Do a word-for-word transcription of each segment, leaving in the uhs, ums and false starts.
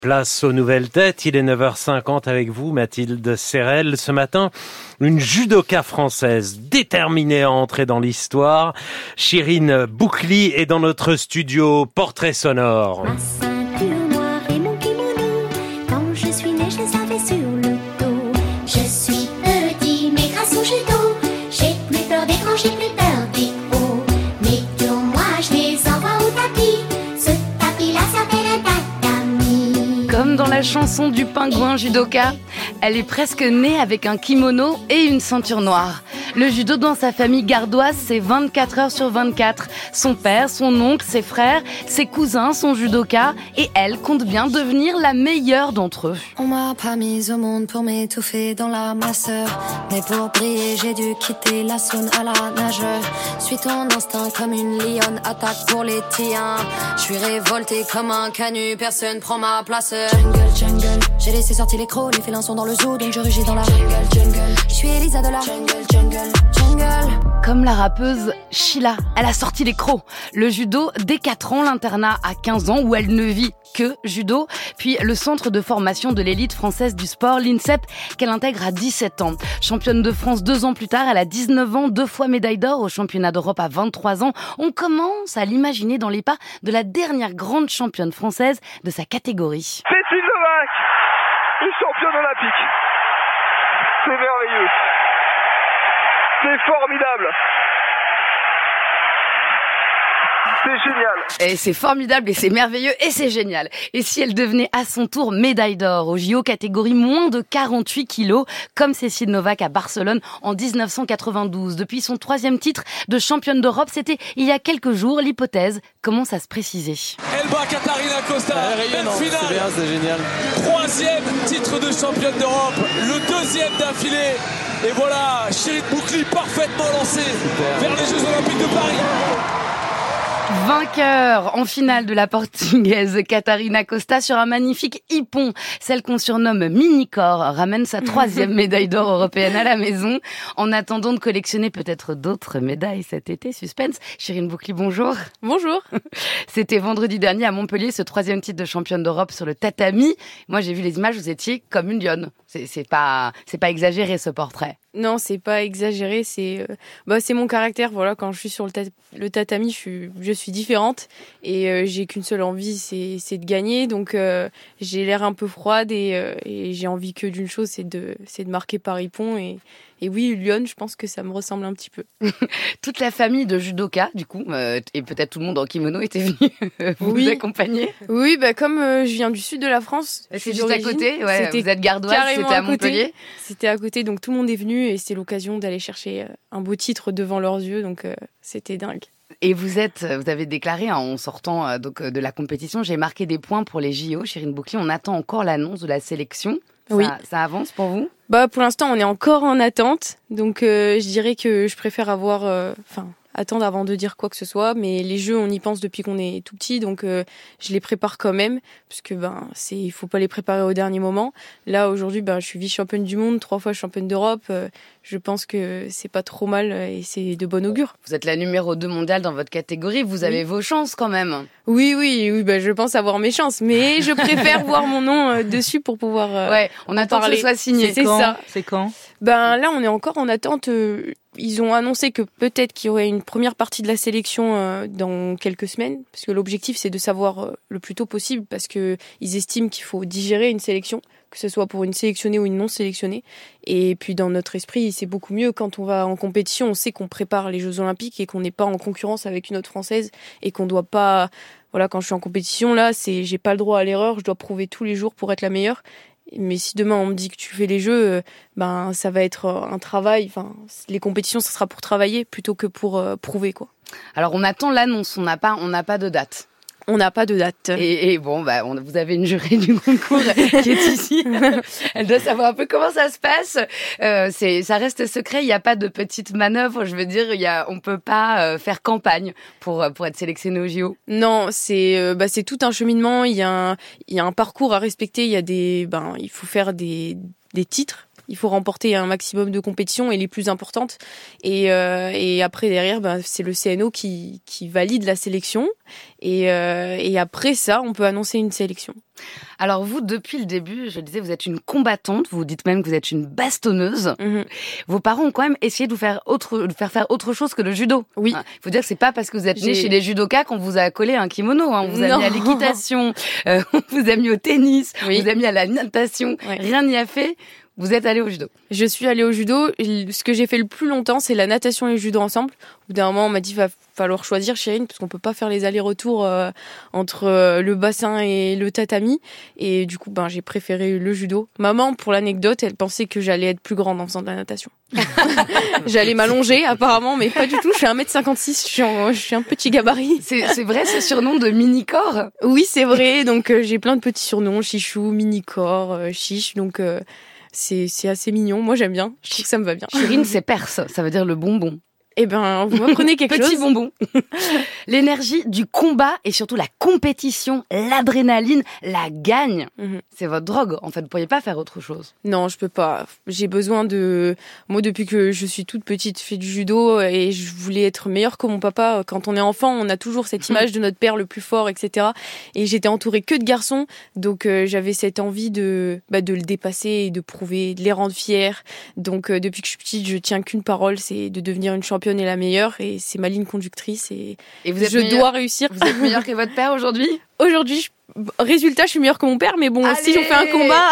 Place aux nouvelles têtes, il est neuf heures cinquante avec vous, Mathilde Serrel. Ce matin, une judoka française déterminée à entrer dans l'histoire. Chirine Boucli est dans notre studio Portrait sonore. Ma ceinture noire et mon kimono, quand je suis née, je les avais sur le dos. Je suis petit, mais grâce au judo, j'ai plus peur des grands, j'ai plus peur des hauts. Mais pour moi, je les envoie au tapis. Ce tapis-là s'appelle un tatami. Comme dans la chanson du pingouin judoka, elle est presque née avec un kimono et une ceinture noire. Le judo dans sa famille gardoise, c'est vingt-quatre heures sur vingt-quatre. Son père, son oncle, ses frères, ses cousins sont judokas et elle compte bien devenir la meilleure d'entre eux. On m'a pas mise au monde pour m'étouffer dans la masseur, mais pour briller j'ai dû quitter la zone à la nageur. Suis ton instinct comme une lionne, attaque pour les tiens. Je suis révoltée comme un canut, personne prend ma place. Jungle, jungle, j'ai laissé sortir les crocs, les félins sont dans le zoo, donc je rugis dans la jungle, jungle. Je suis Elisa de la jungle, jungle. Jungle. Comme la rappeuse Sheila, elle a sorti les crocs. Le judo dès quatre ans, l'internat à quinze ans où elle ne vit que judo, puis le centre de formation de l'élite française du sport, l'INSEP, qu'elle intègre à dix-sept ans. Championne de France deux ans plus tard, elle a dix-neuf ans, deux fois médaille d'or au championnat d'Europe à vingt-trois ans. On commence à l'imaginer dans les pas de la dernière grande championne française de sa catégorie. C'est une Novak, une championne olympique. C'est merveilleux. C'est formidable. C'est génial. Et c'est formidable et c'est merveilleux et c'est génial. Et si elle devenait à son tour médaille d'or au J O catégorie moins de quarante-huit kilos, comme Cécile Novak à Barcelone en dix-neuf cent quatre-vingt-douze. Depuis son troisième titre de championne d'Europe, c'était il y a quelques jours. L'hypothèse commence à se préciser. Elle bat Catarina Costa, même finale. C'est bien, c'est génial. Troisième titre de championne d'Europe, le deuxième d'affilée. Et voilà, Chirine Boucli parfaitement lancée vers les Jeux Olympiques de Paris. Vainqueur en finale de la portugaise Catarina Costa sur un magnifique hippon. Celle qu'on surnomme Mini-Corps ramène sa troisième médaille d'or européenne à la maison. En attendant de collectionner peut-être d'autres médailles cet été, suspense. Chirine Boucli, bonjour. Bonjour. C'était vendredi dernier à Montpellier, ce troisième titre de championne d'Europe sur le tatami. Moi, j'ai vu les images, vous étiez comme une lionne. C'est, c'est pas, c'est pas exagéré ce portrait. Non, c'est pas exagéré, c'est euh, bah c'est mon caractère. Voilà, quand je suis sur le, ta- le tatami, je suis je suis différente et euh, j'ai qu'une seule envie, c'est c'est de gagner. Donc euh, j'ai l'air un peu froide et, euh, et j'ai envie que d'une chose, c'est de c'est de marquer par hippon et et oui, Lyon, je pense que ça me ressemble un petit peu. Toute la famille de judokas, du coup, euh, et peut-être tout le monde en kimono était venu vous oui. accompagner. Oui, bah comme euh, je viens du sud de la France, c'est juste à côté. Ouais, c'était vous êtes gardoise, c'était à Montpellier. C'était à côté, donc tout le monde est venu et c'était l'occasion d'aller chercher un beau titre devant leurs yeux, donc euh, c'était dingue. Et vous êtes, vous avez déclaré hein, en sortant euh, donc de la compétition, j'ai marqué des points pour les J O. Chirine Boucli, on attend encore l'annonce de la sélection. Ça, oui. Ça avance pour vous ? Bah pour l'instant, on est encore en attente, donc euh, je dirais que je préfère avoir, enfin. Euh, attendre avant de dire quoi que ce soit, mais les jeux on y pense depuis qu'on est tout petit, donc euh, je les prépare quand même parce que ben c'est il faut pas les préparer au dernier moment. Là aujourd'hui ben je suis vice-championne du monde, trois fois championne d'Europe, euh, je pense que c'est pas trop mal et c'est de bon augure. Vous êtes la numéro deux mondiale dans votre catégorie, vous avez oui. vos chances quand même. Oui oui oui ben je pense avoir mes chances, mais je préfère voir mon nom euh, dessus pour pouvoir euh, ouais, on attend parler. Que ce soit signé. C'est, c'est ça. C'est quand ? Ben là on est encore en attente. Euh, Ils ont annoncé que peut-être qu'il y aurait une première partie de la sélection euh, dans quelques semaines, parce que l'objectif c'est de savoir euh, le plus tôt possible, parce que ils estiment qu'il faut digérer une sélection, que ce soit pour une sélectionnée ou une non sélectionnée. Et puis dans notre esprit, c'est beaucoup mieux quand on va en compétition, on sait qu'on prépare les Jeux Olympiques et qu'on n'est pas en concurrence avec une autre Française et qu'on doit pas. Voilà, quand je suis en compétition là, c'est j'ai pas le droit à l'erreur, je dois prouver tous les jours pour être la meilleure. Mais si demain on me dit que tu fais les jeux, ben ça va être un travail. Enfin, les compétitions, ça sera pour travailler plutôt que pour euh, prouver quoi. Alors on attend l'annonce, on n'a pas, on n'a pas de date. On n'a pas de date. Et, et bon, bah, on, vous avez une jurée du concours qui est ici. Elle doit savoir un peu comment ça se passe. Euh, c'est, ça reste secret. Il n'y a pas de petite manœuvre. Je veux dire, il y a, on peut pas euh, faire campagne pour pour être sélectionné au J O. Non, c'est euh, bah c'est tout un cheminement. Il y a un il y a un parcours à respecter. Il y a des ben il faut faire des des titres. Il faut remporter un maximum de compétitions et les plus importantes. Et, euh, et après, derrière, ben, c'est le C N O qui, qui valide la sélection. Et, euh, et après ça, on peut annoncer une sélection. Alors vous, depuis le début, je le disais, vous êtes une combattante, vous dites même que vous êtes une bastonneuse. Mm-hmm. Vos parents ont quand même essayé de vous faire, autre, de faire faire autre chose que le judo. Oui. Il faut dire que c'est pas parce que vous êtes J'ai... née chez les judokas qu'on vous a collé un kimono. Hein. On vous a non. mis à l'équitation, euh, on vous a mis au tennis, oui. on vous a mis à la natation. Ouais. Rien n'y a fait. Vous êtes allée au judo. Je suis allée au judo. Ce que j'ai fait le plus longtemps, c'est la natation et le judo ensemble. Au bout d'un moment, on m'a dit, va falloir choisir, Chérine, parce qu'on peut pas faire les allers-retours euh, entre euh, le bassin et le tatami. Et du coup, ben, j'ai préféré le judo. Maman, pour l'anecdote, elle pensait que j'allais être plus grande en faisant de la natation. J'allais m'allonger, apparemment, mais pas du tout. Je suis un mètre cinquante-six, je suis, en, je suis un petit gabarit. C'est, c'est vrai, ce surnom de mini-corps? Oui, c'est vrai. Donc, euh, j'ai plein de petits surnoms. Chichou, mini-corps, euh, chiche. Donc... Euh, C'est, c'est assez mignon. Moi, j'aime bien. Je trouve que ça me va bien. Chérine, c'est perse. Ça veut dire le bonbon. Eh ben, vous m'apprenez quelque Petit chose. Petit bonbon. L'énergie du combat et surtout la compétition, l'adrénaline, la gagne. Mm-hmm. C'est votre drogue. En fait, vous pourriez pas faire autre chose. Non, je peux pas. J'ai besoin de... Moi, depuis que je suis toute petite, je fais du judo et je voulais être meilleure que mon papa. Quand on est enfant, on a toujours cette image de notre père le plus fort, et cetera. Et j'étais entourée que de garçons. Donc, euh, j'avais cette envie de, bah, de le dépasser et de prouver, de les rendre fiers. Donc, euh, depuis que je suis petite, je tiens qu'une parole, c'est de devenir une championne et la meilleure, et c'est ma ligne conductrice, et, et vous êtes je meilleur, dois réussir. Vous êtes meilleure que votre père aujourd'hui? Aujourd'hui, je... résultat, je suis meilleure que mon père, mais bon, Allez, si on fait un combat...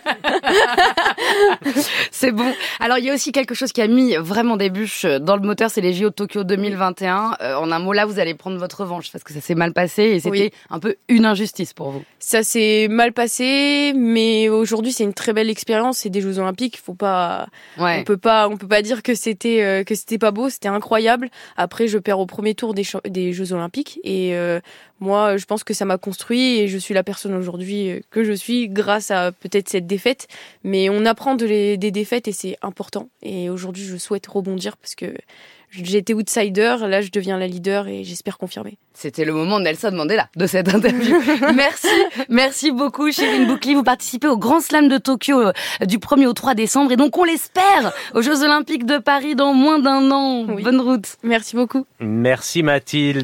C'est bon. Alors, il y a aussi quelque chose qui a mis vraiment des bûches dans le moteur, c'est les J O de Tokyo deux mille vingt et un. Euh, en un mot, là, vous allez prendre votre revanche, parce que ça s'est mal passé, et c'était oui. un peu une injustice pour vous. Ça s'est mal passé, mais aujourd'hui, c'est une très belle expérience, c'est des Jeux Olympiques, faut pas... Ouais. On peut pas, on peut pas dire que c'était, euh, que c'était pas beau, c'était incroyable. Après, je perds au premier tour des, des Jeux Olympiques, et euh, moi, je pense que ça m'a construit, et je suis la personne aujourd'hui que je suis grâce à peut-être cette défaite, mais on apprend de les, des défaites et c'est important. Et aujourd'hui, je souhaite rebondir parce que j'étais outsider, là je deviens la leader et j'espère confirmer. C'était le moment de Nelson Mandela de cette interview. Merci, merci beaucoup Chérine Boucly. Vous participez au Grand Slam de Tokyo euh, du premier au trois décembre et donc on l'espère aux Jeux Olympiques de Paris dans moins d'un an. Oui. Bonne route. Merci beaucoup. Merci Mathilde.